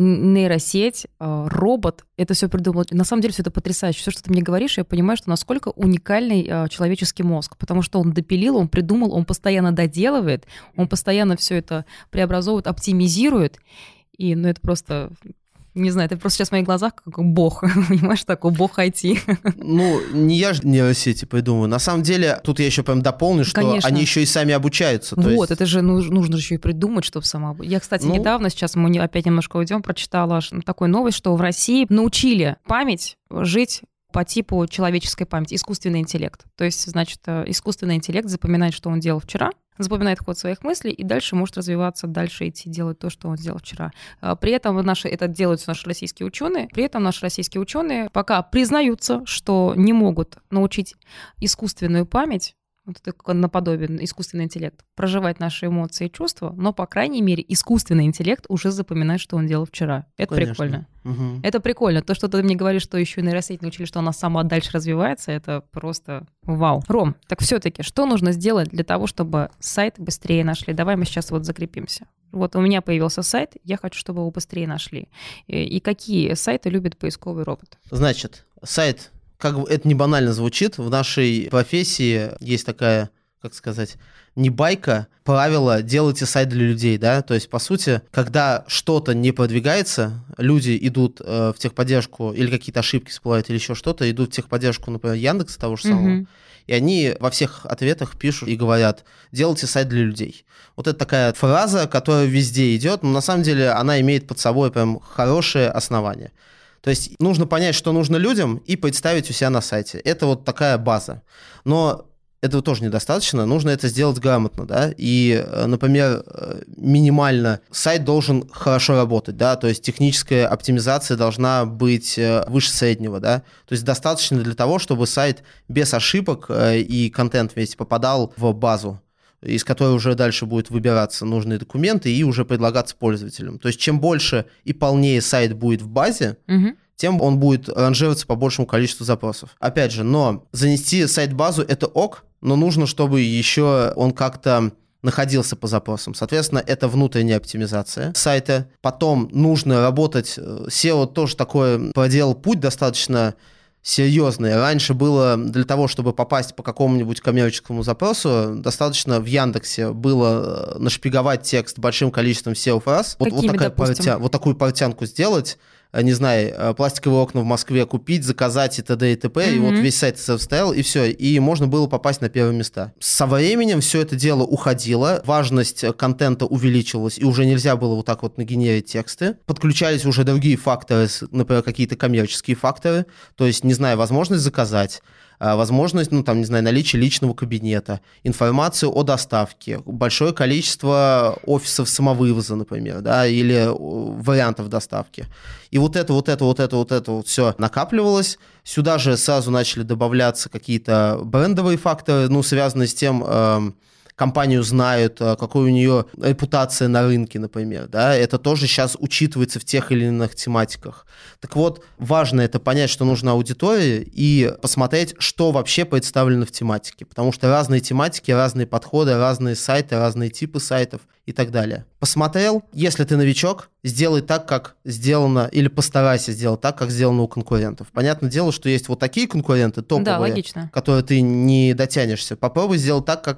нейросеть, робот, это все придумал. На самом деле все это потрясающе. Все, что ты мне говоришь, я понимаю, что насколько уникальный человеческий мозг, потому что он допилил, он придумал, он постоянно доделывает, он постоянно все это преобразовывает, оптимизирует, и ну, это просто... Не знаю, ты просто сейчас в моих глазах как бог, понимаешь, такой бог ай ти. Ну, не я же нейросети придумываю. На самом деле, тут я еще прям дополню, что Конечно. Они еще и сами обучаются. Вот, есть... это же нужно, нужно еще и придумать, чтобы сама... Я, кстати, ну... недавно, сейчас мы опять немножко уйдем, прочитала такую новость, что в России научили память жить по типу человеческой памяти, искусственный интеллект. То есть, значит, искусственный интеллект запоминает, что он делал вчера, запоминает ход своих мыслей и дальше может развиваться, дальше идти делать то, что он сделал вчера. При этом наши, это делают наши российские ученые, при этом наши российские ученые пока признаются, что не могут научить искусственную память, вот это наподобие искусственный интеллект, проживать наши эмоции и чувства, но, по крайней мере, искусственный интеллект уже запоминает, что он делал вчера. Это Конечно. Прикольно. Угу. Это прикольно. То, что ты мне говоришь, что еще и нейросеть научили, что она сама дальше развивается, это просто вау. Ром, так все-таки, что нужно сделать для того, чтобы сайт быстрее нашли? Давай мы сейчас вот закрепимся. Вот у меня появился сайт, я хочу, чтобы его быстрее нашли. И, и какие сайты любит поисковый робот? Значит, сайт... Как бы это не банально звучит, в нашей профессии есть такая, как сказать, не байка, правило «делайте сайт для людей», да, то есть, по сути, когда что-то не продвигается, люди идут э, в техподдержку или какие-то ошибки всплывают или еще что-то, идут в техподдержку, например, Яндекса того же самого, mm-hmm. и они во всех ответах пишут и говорят «делайте сайт для людей». Вот это такая фраза, которая везде идет, но на самом деле она имеет под собой прям хорошее основание. То есть нужно понять, что нужно людям, и представить у себя на сайте. Это вот такая база. Но этого тоже недостаточно, нужно это сделать грамотно, да, и, например, минимально сайт должен хорошо работать, да, то есть техническая оптимизация должна быть выше среднего, да, то есть достаточно для того, чтобы сайт без ошибок и контент весь попадал в базу, из которой уже дальше будут выбираться нужные документы и уже предлагаться пользователям. То есть чем больше и полнее сайт будет в базе, угу. тем он будет ранжироваться по большему количеству запросов. Опять же, но занести сайт в базу – это ок, но нужно, чтобы еще он как-то находился по запросам. Соответственно, это внутренняя оптимизация сайта. Потом нужно работать, сео тоже такой проделал путь достаточно серьезные. Раньше было для того, чтобы попасть по какому-нибудь коммерческому запросу, достаточно в Яндексе было нашпиговать текст большим количеством сео-фраз. Вот, вот, такая портя... вот такую портянку сделать, не знаю, пластиковые окна в Москве купить, заказать и т.д. и т.п. Mm-hmm. И вот весь сайт вставил, и все, и можно было попасть на первые места. Со временем все это дело уходило, важность контента увеличилась, и уже нельзя было вот так вот нагенерить тексты. Подключались уже другие факторы, например, какие-то коммерческие факторы, то есть, не знаю, возможность заказать, возможность, ну, там, не знаю, наличие личного кабинета, информацию о доставке, большое количество офисов самовывоза, например, да, или вариантов доставки. И вот это, вот это, вот это, вот это вот все накапливалось. Сюда же сразу начали добавляться какие-то брендовые факторы, ну, связанные с тем, э, компанию знают, какой у нее репутация на рынке, например, да, это тоже сейчас учитывается в тех или иных тематиках. Так вот, важно это понять, что нужна аудитория, и посмотреть, что вообще представлено в тематике, потому что разные тематики, разные подходы, разные сайты, разные типы сайтов и так далее. Посмотрел, если ты новичок, сделай так, как сделано, или постарайся сделать так, как сделано у конкурентов. Понятное дело, что есть вот такие конкуренты топовые, да, логично, которые ты не дотянешься. Попробуй сделать так, как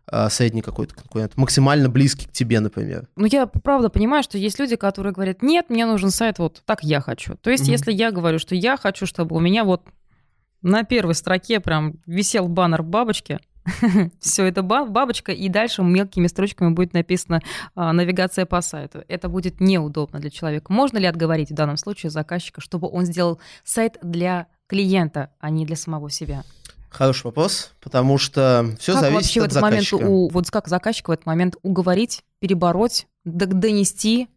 средний какой-то конкурент, максимально близкий к тебе, например. Ну, я правда понимаю, что есть люди, которые говорят, нет, мне нужен сайт вот так я хочу. То есть, mm-hmm. если я говорю, что я хочу, чтобы у меня вот на первой строке прям висел баннер бабочки, все это бабочка, и дальше мелкими строчками будет написано навигация по сайту. Это будет неудобно для человека. Можно ли отговорить в данном случае заказчика, чтобы он сделал сайт для клиента, а не для самого себя? Хороший вопрос, потому что все как зависит вообще от в этот заказчика. Момент у, вот как заказчика в этот момент уговорить, перебороть, донести?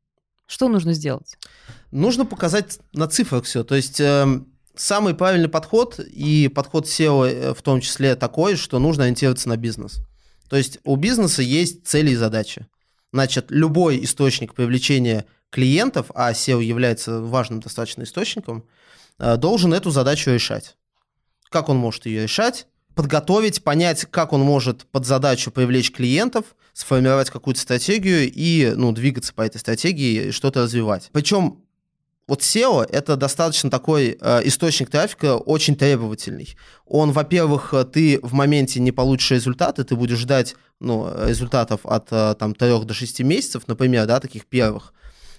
Что нужно сделать? Нужно показать на цифрах все. То есть э, самый правильный подход, и подход сео в том числе такой, что нужно ориентироваться на бизнес. То есть у бизнеса есть цели и задачи. Значит, любой источник привлечения клиентов, а сео является важным достаточно источником, э, должен эту задачу решать. Как он может ее решать, подготовить, понять, как он может под задачу привлечь клиентов, сформировать какую-то стратегию и ну, двигаться по этой стратегии, что-то развивать. Причем вот сео – это достаточно такой э, источник трафика, очень требовательный. Он, во-первых, ты в моменте не получишь результаты, ты будешь ждать ну, результатов от э, там, трёх до шести месяцев, например, да, таких первых.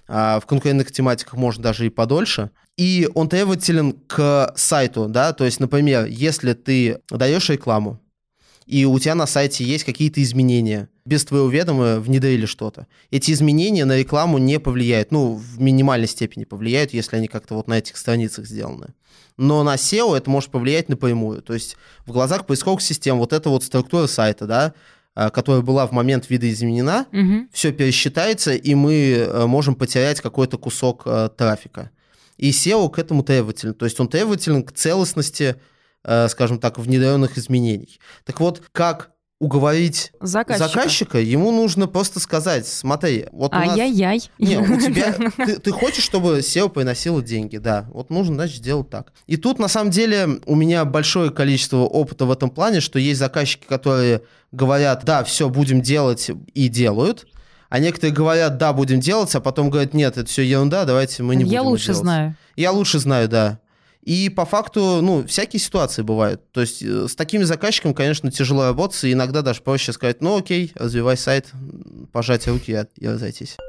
В конкурентных тематиках можно даже и подольше. И он требователен к сайту, да, то есть, например, если ты даешь рекламу, и у тебя на сайте есть какие-то изменения, без твоего ведома внедрили что-то, эти изменения на рекламу не повлияют, ну, в минимальной степени повлияют, если они как-то вот на этих страницах сделаны. Но на сео это может повлиять напрямую, то есть в глазах поисковых систем вот эта вот структура сайта, да, которая была в момент видоизменена, угу. все пересчитается, и мы можем потерять какой-то кусок э, трафика. И сео к этому требователен. То есть он требователен к целостности, э, скажем так, внедренных изменений. Так вот, как уговорить заказчика, заказчика ему нужно просто сказать, смотри, вот у нас... Ай-яй-яй. Не, у тебя... Ты, ты хочешь, чтобы сео приносило деньги, да. Вот нужно, значит, сделать так. И тут, на самом деле, у меня большое количество опыта в этом плане, что есть заказчики, которые говорят, да, все, будем делать, и делают. А некоторые говорят, да, будем делать, а потом говорят, нет, это все ерунда, давайте мы не будем Я лучше делать. знаю. Я лучше знаю, да. И по факту, ну, всякие ситуации бывают. То есть с такими заказчиками, конечно, тяжело работать, и иногда даже проще сказать, ну, окей, развивай сайт, пожать руки и разойтись.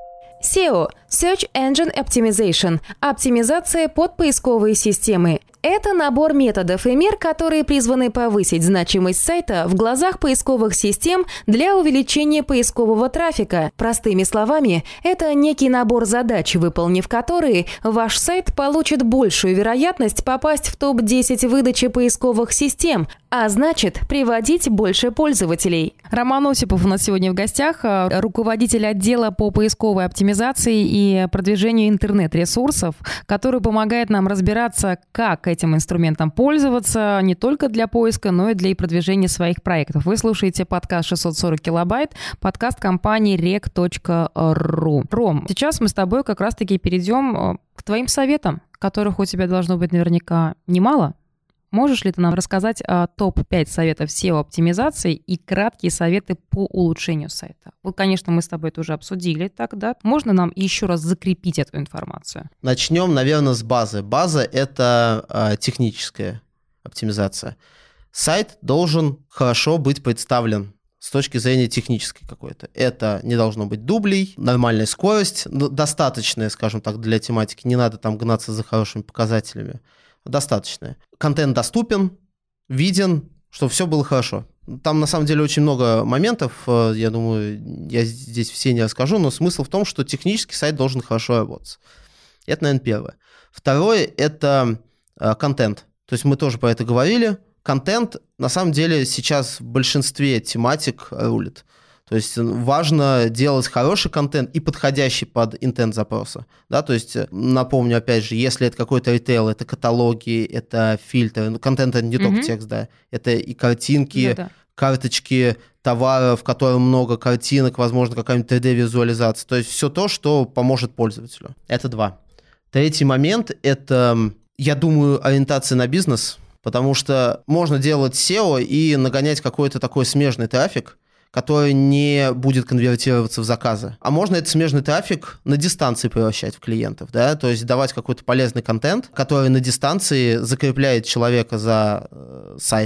сео – Search Engine Optimization – оптимизация под поисковые системы. Это набор методов и мер, которые призваны повысить значимость сайта в глазах поисковых систем для увеличения поискового трафика. Простыми словами, это некий набор задач, выполнив которые, ваш сайт получит большую вероятность попасть в топ десять выдачи поисковых систем, а значит, приводить больше пользователей. Роман Осипов у нас сегодня в гостях, руководитель отдела по поисковой оптимизации и продвижению интернет-ресурсов, который помогает нам разбираться, как этим инструментом пользоваться не только для поиска, но и для продвижения своих проектов. Вы слушаете подкаст шестьсот сорок килобайт, подкаст компании рек точка ру. Ром, сейчас мы с тобой как раз-таки перейдем к твоим советам, которых у тебя должно быть наверняка немало. Можешь ли ты нам рассказать о топ пять советов сео-оптимизации и краткие советы по улучшению сайта? Вот, конечно, мы с тобой это уже обсудили тогда. Можно нам еще раз закрепить эту информацию? Начнем, наверное, с базы. База – это э, техническая оптимизация. Сайт должен хорошо быть представлен с точки зрения технической какой-то. Это не должно быть дублей, нормальная скорость, достаточная, скажем так, для тематики. Не надо там гнаться за хорошими показателями. Достаточное. Контент доступен, виден, чтобы все было хорошо. Там, на самом деле, очень много моментов, я думаю, я здесь все не расскажу, но смысл в том, что технически сайт должен хорошо работать. Это, наверное, первое. Второе – это контент. То есть мы тоже про это говорили. Контент, на самом деле, сейчас в большинстве тематик рулит. То есть важно делать хороший контент и подходящий под интент запроса. Да, то есть напомню, опять же, если это какой-то ритейл, это каталоги, это фильтры. Ну, контент – это не mm-hmm. только текст, да. Это и картинки, да-да. карточки товаров, в котором много картинок, возможно, какая-нибудь три дэ-визуализация. То есть все то, что поможет пользователю. Это два. Третий момент – это, я думаю, ориентация на бизнес, потому что можно делать сео и нагонять какой-то такой смежный трафик, который не будет конвертироваться в заказы. А можно этот смежный трафик на дистанции превращать в клиентов, да, то есть давать какой-то полезный контент, который на дистанции закрепляет человека за э, сайтом,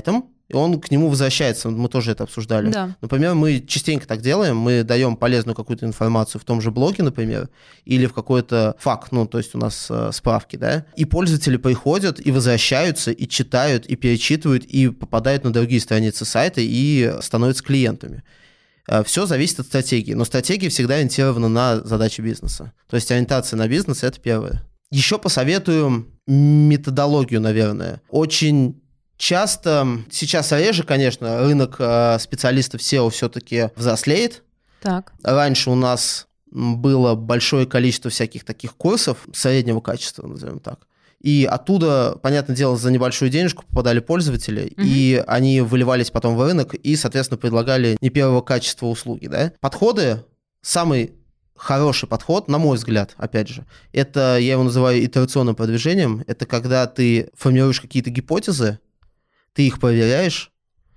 и он к нему возвращается. Мы тоже это обсуждали. Да. Например, мы частенько так делаем, мы даем полезную какую-то информацию в том же блоге, например, или в какой-то факт, ну, то есть у нас э, справки, да, и пользователи приходят и возвращаются, и читают, и перечитывают, и попадают на другие страницы сайта, и становятся клиентами. Все зависит от стратегии, но стратегия всегда ориентирована на задачи бизнеса. То есть ориентация на бизнес – это первое. Еще посоветую методологию, наверное. Очень часто, сейчас реже, конечно, рынок специалистов сео все-таки взрослеет. Так. Раньше у нас было большое количество всяких таких курсов среднего качества, назовем так. И оттуда, понятное дело, за небольшую денежку попадали пользователи, угу. и они выливались потом в рынок и, соответственно, предлагали не первого качества услуги. Да? Подходы, самый хороший подход, на мой взгляд, опять же, это, я его называю итерационным продвижением, это когда ты формируешь какие-то гипотезы, ты их проверяешь,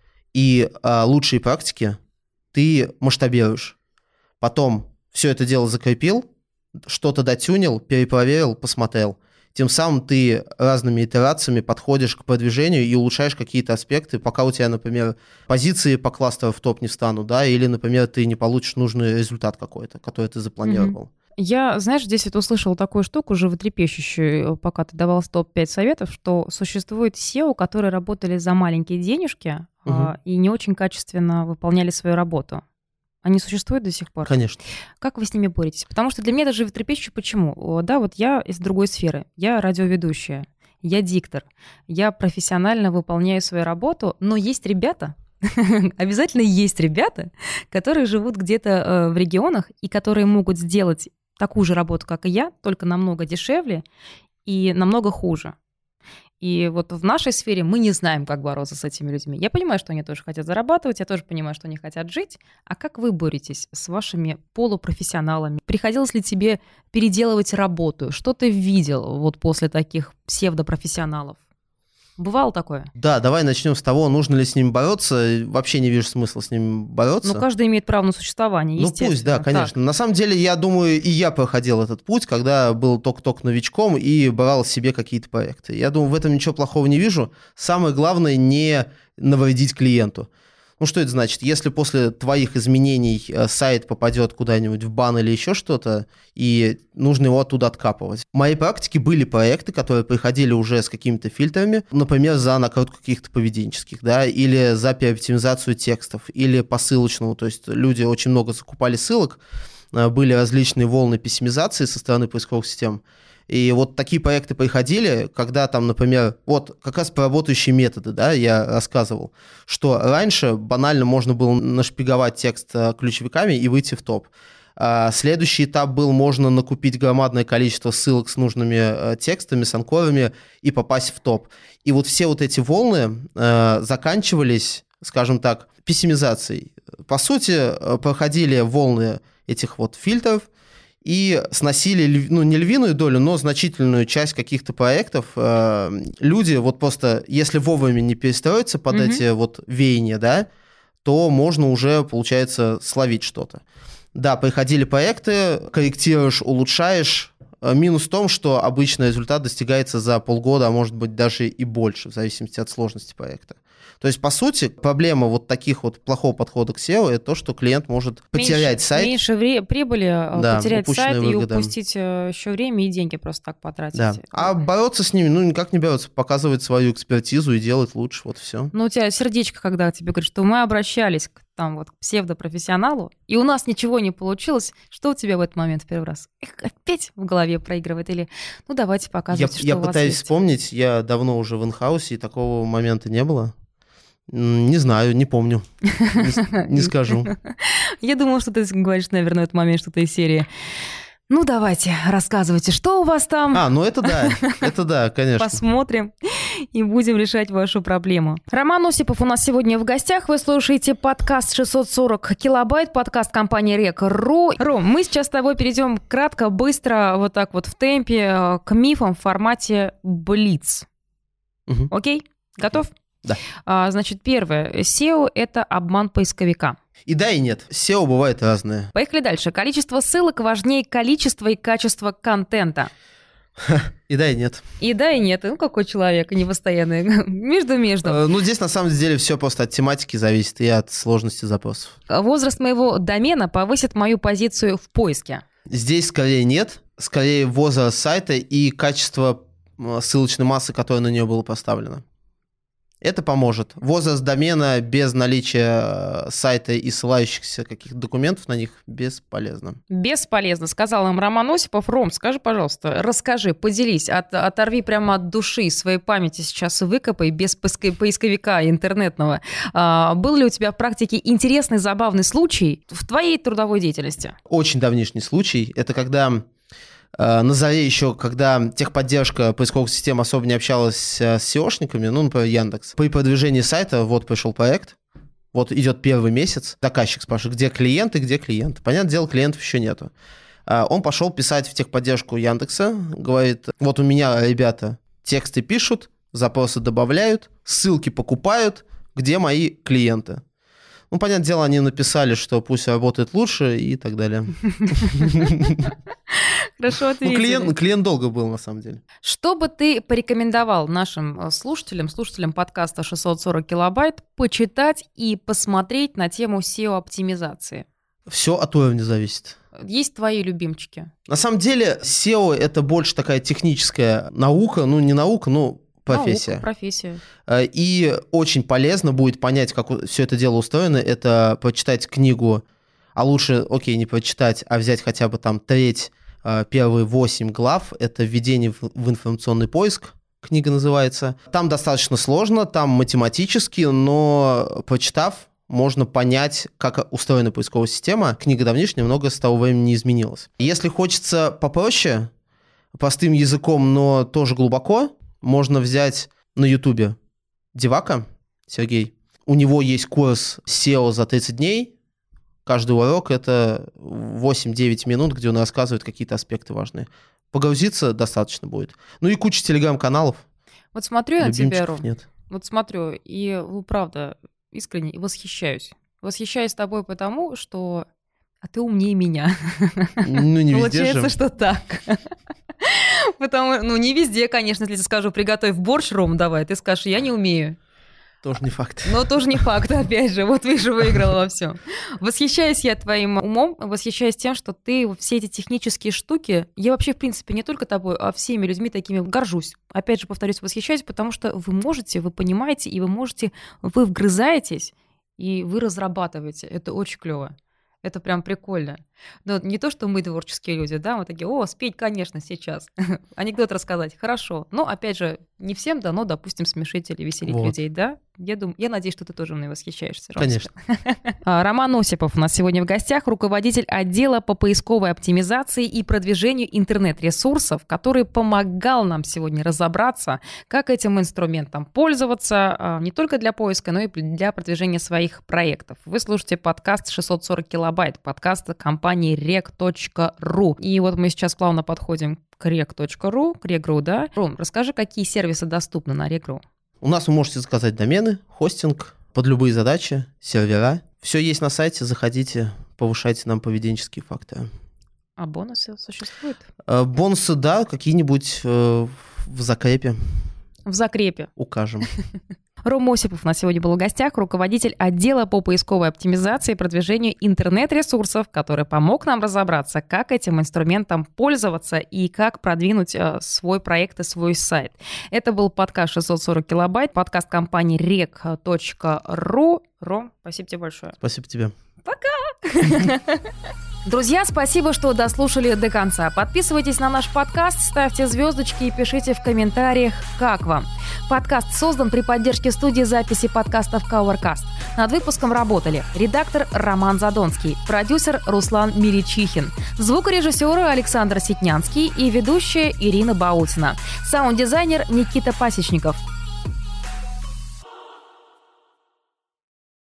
и а, лучшие практики ты масштабируешь. Потом все это дело закрепил, что-то дотюнил, перепроверил, посмотрел. Тем самым ты разными итерациями подходишь к продвижению и улучшаешь какие-то аспекты, пока у тебя, например, позиции по кластеру в топ не встанут, да, или, например, ты не получишь нужный результат какой-то, который ты запланировал. Mm-hmm. Я, знаешь, здесь вот услышала такую штуку, животрепещущую, пока ты давал топ пять советов, что существует сео, которые работали за маленькие денежки uh-huh. а, и не очень качественно выполняли свою работу. Они существуют до сих пор? Конечно. Как вы с ними боретесь? Потому что для меня это животрепещущее. Почему? Да, вот я из другой сферы. Я радиоведущая, я диктор, я профессионально выполняю свою работу, но есть ребята, обязательно есть ребята, которые живут где-то в регионах и которые могут сделать такую же работу, как и я, только намного дешевле и намного хуже. И вот в нашей сфере мы не знаем, как бороться с этими людьми. Я понимаю, что они тоже хотят зарабатывать, я тоже понимаю, что они хотят жить. А как вы боретесь с вашими полупрофессионалами? Приходилось ли тебе переделывать работу? Что ты видел вот после таких псевдопрофессионалов? Бывало такое? Да, давай начнем с того, нужно ли с ним бороться. Вообще не вижу смысла с ним бороться. Ну, каждый имеет право на существование, естественно. Ну, пусть, да, конечно. Так. На самом деле, я думаю, и я проходил этот путь, когда был только-только новичком и брал себе какие-то проекты. Я думаю, в этом ничего плохого не вижу. Самое главное, не навредить клиенту. Ну, что это значит? Если после твоих изменений сайт попадет куда-нибудь в бан или еще что-то, и нужно его оттуда откапывать. В моей практике были проекты, которые приходили уже с какими-то фильтрами, например, за накрутку каких-то поведенческих, да, или за переоптимизацию текстов, или посылочного. То есть люди очень много закупали ссылок, были различные волны пессимизации со стороны поисковых систем. И вот такие проекты приходили, когда там, например, вот как раз про работающие методы, да, я рассказывал, что раньше банально можно было нашпиговать текст ключевиками и выйти в топ. А следующий этап был, можно накупить громадное количество ссылок с нужными текстами, с анкорами и попасть в топ. И вот все вот эти волны э, заканчивались, скажем так, пессимизацией. По сути, проходили волны этих вот фильтров, и сносили, ну, не львиную долю, но значительную часть каких-то проектов. Люди вот просто, если вовремя не перестроиться под mm-hmm. эти вот веяния, да, то можно уже, получается, словить что-то. Да, приходили проекты, корректируешь, улучшаешь. Минус в том, что обычно результат достигается за полгода, а может быть даже и больше, в зависимости от сложности проекта. То есть, по сути, проблема вот таких вот плохого подхода к сео – это то, что клиент может потерять меньше, сайт. Меньше вре- прибыли, да, потерять сайт выгода. И упустить еще время и деньги просто так потратить. Да. А бороться с ними, ну, никак не бороться, показывать свою экспертизу и делать лучше, вот все. Ну, у тебя сердечко, когда тебе говорят, что мы обращались к, там, вот, к псевдопрофессионалу, и у нас ничего не получилось, что у тебя в этот момент в первый раз? Эх, опять в голове проигрывает? Или, ну, давайте показывайте, я, что я у вас пытаюсь есть. вспомнить, я давно уже в инхаусе, и такого момента не было. Не знаю, не помню, не, не скажу. Я думала, что ты говоришь, наверное, в этот момент что-то из серии. Ну, давайте, рассказывайте, что у вас там. А, ну это да, это да, конечно. Посмотрим и будем решать вашу проблему. Роман Осипов у нас сегодня в гостях. Вы слушаете подкаст шестьсот сорок килобайт, подкаст компании Рек.ру. Ром, мы сейчас с тобой перейдем кратко, быстро, вот так вот в темпе к мифам в формате Блиц. Угу. Окей? Готов? Да. А, значит, первое. сео – это обман поисковика. И да, и нет. сео бывает разное. Поехали дальше. Количество ссылок важнее количества и качества контента. И да, и нет. И да, и нет. Ну, какой человек, непостоянный. Между-между. Ну, здесь на самом деле все просто от тематики зависит и от сложности запросов. Возраст моего домена повысит мою позицию в поиске. Здесь скорее нет. Скорее возраст сайта и качество ссылочной массы, которая на нее была поставлена. Это поможет. Возраст домена без наличия сайта и ссылающихся каких-то документов на них бесполезно. Бесполезно, сказал им Роман Осипов. Ром, скажи, пожалуйста, расскажи, поделись, от, оторви прямо от души, из своей памяти сейчас выкопай, без поисковика интернетного. А, был ли у тебя в практике интересный, забавный случай в твоей трудовой деятельности? Очень давнишний случай. Это когда... На заре еще, когда техподдержка поисковых систем особо не общалась с сеошниками, ну, например, Яндекс, при продвижении сайта, вот пришел проект, вот идет первый месяц, заказчик спрашивает, где клиенты, где клиенты. Понятное дело, клиентов еще нету. Он пошел писать в техподдержку Яндекса, говорит, вот у меня ребята тексты пишут, запросы добавляют, ссылки покупают, где мои клиенты. Ну, понятное дело, они написали, что пусть работает лучше и так далее. Хорошо ответили. Ну, клиент, клиент долго был, на самом деле. Что бы ты порекомендовал нашим слушателям, слушателям подкаста шестьсот сорок килобайт, почитать и посмотреть на тему сео-оптимизации? Все от уровня зависит. Есть твои любимчики? На самом деле, сео – это больше такая техническая наука, ну, не наука, но профессия. Наука, профессия. И очень полезно будет понять, как все это дело устроено, это прочитать книгу, а лучше, окей, не прочитать, а взять хотя бы там треть, первые восемь глав, это «Введение в информационный поиск», книга называется. Там достаточно сложно, там математически, но прочитав, можно понять, как устроена поисковая система. Книга давнишняя, много с того времени не изменилось. Если хочется попроще, простым языком, но тоже глубоко, можно взять на Ютубе Девака Сергей. У него есть курс сео за тридцать дней. Каждый урок – это восемь-девять минут, где он рассказывает какие-то аспекты важные. Погрузиться достаточно будет. Ну и куча телеграм-каналов. Вот смотрю я на тебя, Ром. Нет. Вот смотрю, и, ну, правда, искренне восхищаюсь. Восхищаюсь тобой потому, что... А ты умнее меня. Ну, не везде же. Получается, что так. Потому, ну, не везде, конечно, если я скажу, приготовь борщ, Ром, давай, ты скажешь, я не умею. Тоже не факт. Но тоже не факт, опять же. Вот вижу, выиграла во всем. Восхищаюсь я твоим умом, восхищаюсь тем, что ты все эти технические штуки, я вообще, в принципе, не только тобой, а всеми людьми такими горжусь. Опять же, повторюсь, восхищаюсь, потому что вы можете, вы понимаете, и вы можете, вы вгрызаетесь, и вы разрабатываете. Это очень клево. Это прям прикольно. Но не то, что мы творческие люди, да, мы такие, о, спеть, конечно, сейчас. Анекдот рассказать, хорошо. Но, опять же, не всем дано, допустим, смешить или веселить вот. людей, да? Я, думаю, я надеюсь, что ты тоже мной восхищаешься. Конечно. Роман Осипов у нас сегодня в гостях, руководитель отдела по поисковой оптимизации и продвижению интернет-ресурсов, который помогал нам сегодня разобраться, как этим инструментом пользоваться не только для поиска, но и для продвижения своих проектов. Вы слушаете подкаст шестьсот сорок килобайт, подкаст компании рек точка ру. И вот мы сейчас плавно подходим к рек точка ру, к Регру, да? Ром, расскажи, какие сервисы доступны на Регру? У нас вы можете заказать домены, хостинг под любые задачи, сервера. Все есть на сайте, заходите, повышайте нам поведенческие факторы. А бонусы существуют? Бонусы, да, какие-нибудь в закрепе. В закрепе. Укажем. Ром Осипов у нас сегодня был в гостях, руководитель отдела по поисковой оптимизации и продвижению интернет-ресурсов, который помог нам разобраться, как этим инструментом пользоваться и как продвинуть э, свой проект и свой сайт. Это был подкаст шестьсот сорок килобайт, подкаст компании рек точка ру. Ром, спасибо тебе большое. Спасибо тебе. Пока! Друзья, спасибо, что дослушали до конца. Подписывайтесь на наш подкаст, ставьте звездочки и пишите в комментариях, как вам. Подкаст создан при поддержке студии записи подкастов Covercast. Над выпуском работали редактор Роман Задонский, продюсер Руслан Миричихин, звукорежиссеры Александр Ситнянский и ведущая Ирина Баутина, саунд-дизайнер Никита Пасечников.